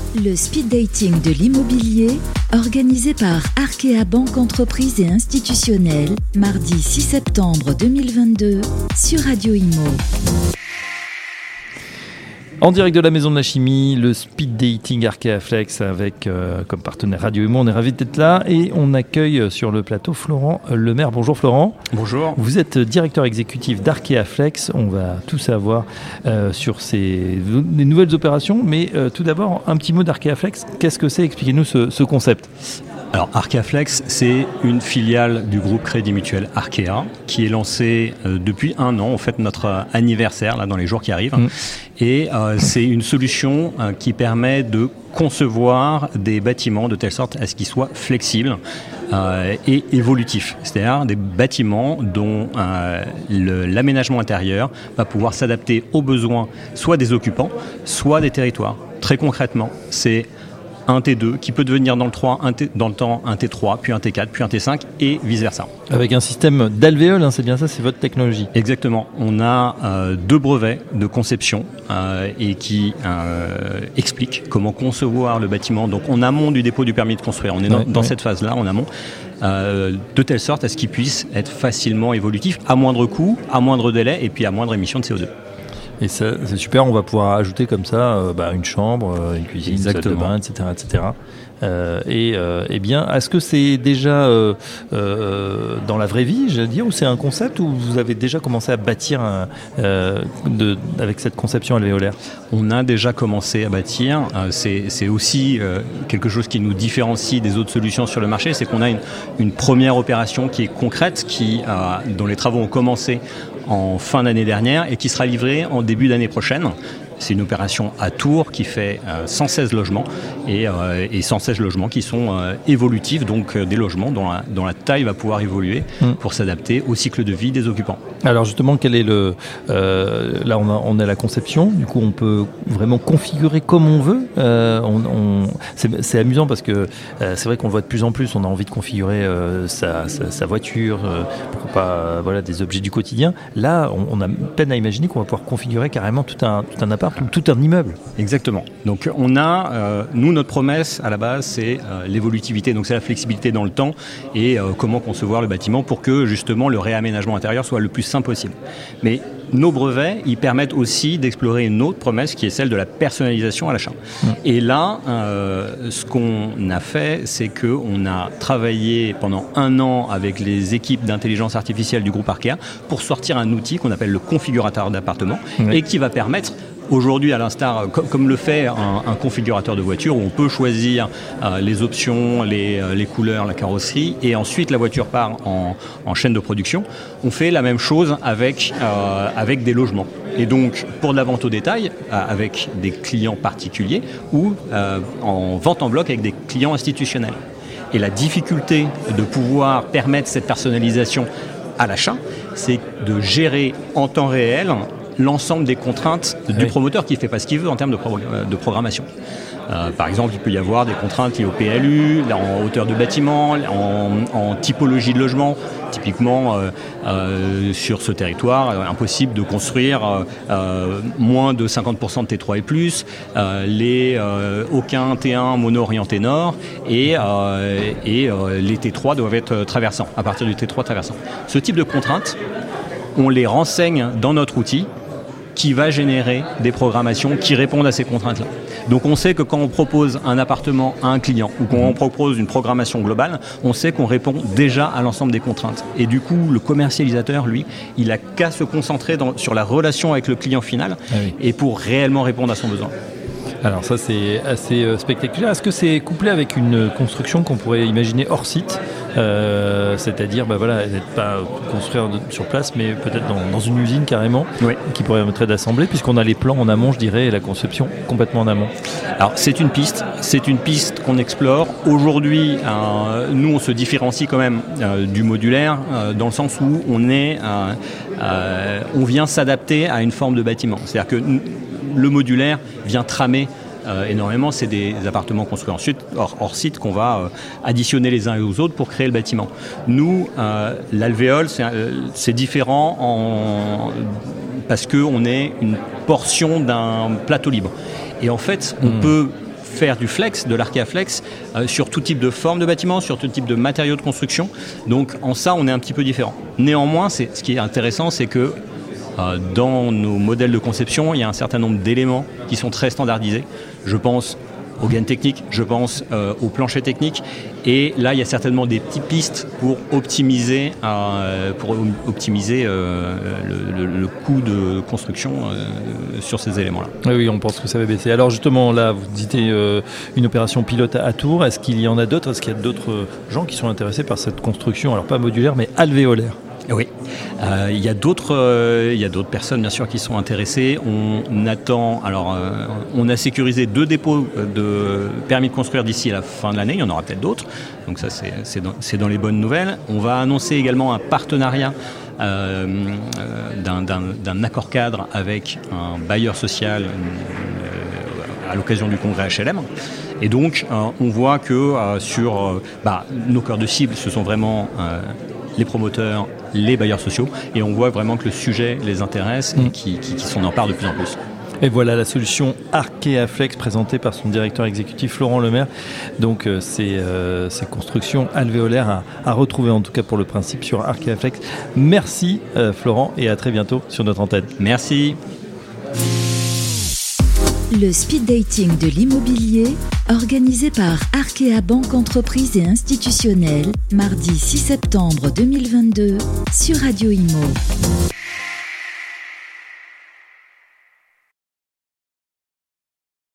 Le speed dating de l'immobilier, organisé par Arkea Banque Entreprise et Institutionnelle, mardi 6 septembre 2022, sur Radio Imo. En direct de la Maison de la Chimie, le speed dating Arkea Flex avec comme partenaire Radio Imo. On est ravis d'être là et on accueille sur le plateau Florent Lemaire. Bonjour Florent. Bonjour. Vous êtes directeur exécutif d'Arkea Flex. On va tout savoir sur les nouvelles opérations. Mais tout d'abord, un petit mot d'Arkea Flex. Qu'est-ce que c'est ? Expliquez-nous ce concept. Alors Arkea Flex, c'est une filiale du groupe Crédit Mutuel Arkea qui est lancée depuis 1 an. On fête notre anniversaire là, dans les jours qui arrivent. Et c'est une solution qui permet de concevoir des bâtiments de telle sorte à ce qu'ils soient flexibles et évolutifs. C'est-à-dire des bâtiments dont l'aménagement intérieur va pouvoir s'adapter aux besoins soit des occupants, soit des territoires. Très concrètement, c'est un T2 qui peut devenir dans le temps un T3, puis un T4, puis un T5 et vice-versa. Avec un système d'alvéoles, c'est bien ça, c'est votre technologie. Exactement. On a 2 brevets de conception et qui expliquent comment concevoir le bâtiment. Donc en amont du dépôt du permis de construire, on est dans cette phase-là, en amont, de telle sorte à ce qu'il puisse être facilement évolutif, à moindre coût, à moindre délai et puis à moindre émission de CO2. Et ça, c'est super, on va pouvoir ajouter comme ça une chambre, une cuisine, une salle de bain, etc. Et bien, est-ce que c'est déjà dans la vraie vie, j'allais dire, ou c'est un concept, ou vous avez déjà commencé à bâtir avec cette conception alvéolaire ? On a déjà commencé à bâtir. C'est aussi quelque chose qui nous différencie des autres solutions sur le marché, c'est qu'on a une première opération qui est concrète, dont les travaux ont commencé en fin d'année dernière et qui sera livrée en début d'année prochaine. C'est une opération à Tours qui fait 116 logements et 116 logements qui sont évolutifs, donc des logements dont la taille va pouvoir évoluer pour s'adapter au cycle de vie des occupants. Alors justement, quel est là on a la conception, du coup on peut vraiment configurer comme on veut. C'est amusant parce que c'est vrai qu'on le voit de plus en plus, on a envie de configurer sa voiture, pourquoi pas des objets du quotidien. Là, on a peine à imaginer qu'on va pouvoir configurer carrément tout un appart, tout un immeuble. Exactement. Donc on a, nous notre promesse à la base c'est l'évolutivité, donc c'est la flexibilité dans le temps et comment concevoir le bâtiment pour que justement le réaménagement intérieur soit le plus simple possible. Mais nos brevets, ils permettent aussi d'explorer une autre promesse qui est celle de la personnalisation à l'achat. Et là, ce qu'on a fait, c'est qu'on a travaillé pendant 1 an avec les équipes d'intelligence artificielle du groupe Arkea pour sortir un outil qu'on appelle le configurateur d'appartement et qui va permettre aujourd'hui, à l'instar, comme le fait un configurateur de voiture, où on peut choisir les options, les couleurs, la carrosserie, et ensuite la voiture part en chaîne de production, on fait la même chose avec des logements. Et donc, pour de la vente au détail, avec des clients particuliers, ou en vente en bloc avec des clients institutionnels. Et la difficulté de pouvoir permettre cette personnalisation à l'achat, c'est de gérer en temps réel l'ensemble des contraintes du promoteur qui ne fait pas ce qu'il veut en termes de programmation. Par exemple, il peut y avoir des contraintes liées au PLU, en hauteur de bâtiment, en typologie de logement. Typiquement, sur ce territoire, impossible de construire moins de 50% de T3 et plus, aucun T1 mono-orienté nord et les T3 doivent être traversants, à partir du T3 traversant. Ce type de contraintes, on les renseigne dans notre outil qui va générer des programmations qui répondent à ces contraintes-là. Donc on sait que quand on propose un appartement à un client ou qu'on propose une programmation globale, on sait qu'on répond déjà à l'ensemble des contraintes. Et du coup, le commercialisateur, lui, il n'a qu'à se concentrer sur la relation avec le client final et pour réellement répondre à son besoin. Alors ça c'est assez spectaculaire. Est-ce que c'est couplé avec une construction qu'on pourrait imaginer hors site, c'est-à-dire n'être pas construire sur place, mais peut-être dans une usine carrément, qui pourrait permettre d'assembler, puisqu'on a les plans en amont, je dirais, et la conception complètement en amont. Alors c'est une piste qu'on explore. Aujourd'hui, nous on se différencie quand même du modulaire, dans le sens où on vient s'adapter à une forme de bâtiment. C'est-à-dire que le modulaire vient tramer énormément, c'est des appartements construits hors site qu'on va additionner les uns aux autres pour créer le bâtiment. Nous, l'alvéole, c'est différent parce qu'on est une portion d'un plateau libre. Et en fait, on peut faire du flex, de l'Arkéaflex, sur tout type de forme de bâtiment, sur tout type de matériaux de construction. Donc en ça, on est un petit peu différent. Néanmoins, ce qui est intéressant, c'est que dans nos modèles de conception, il y a un certain nombre d'éléments qui sont très standardisés. Je pense aux gaines techniques, je pense aux planchers techniques. Et là, il y a certainement des petites pistes pour optimiser le coût de construction sur ces éléments-là. Oui, on pense que ça va baisser. Alors justement, là, vous dites une opération pilote à Tours. Est-ce qu'il y en a d'autres ? Est-ce qu'il y a d'autres gens qui sont intéressés par cette construction, alors pas modulaire, mais alvéolaire ? Oui, il y a d'autres personnes bien sûr qui sont intéressées. On attend, on a sécurisé 2 dépôts de permis de construire d'ici à la fin de l'année. Il y en aura peut-être d'autres. Donc ça c'est dans les bonnes nouvelles. On va annoncer également un partenariat d'un accord cadre avec un bailleur social à l'occasion du congrès HLM. Et donc on voit que sur nos cœurs de cible, ce sont vraiment les promoteurs, les bailleurs sociaux, et on voit vraiment que le sujet les intéresse et qui s'en emparent de plus en plus. Et voilà la solution Arkéaflex présentée par son directeur exécutif Florent Lemaire. Donc ces constructions alvéolaires à retrouver, en tout cas pour le principe, sur Arkéaflex. Merci Florent, et à très bientôt sur notre antenne. Merci. Le speed dating de l'immobilier, organisé par Arkea Banque Entreprise et Institutionnelle, mardi 6 septembre 2022 sur Radio Imo.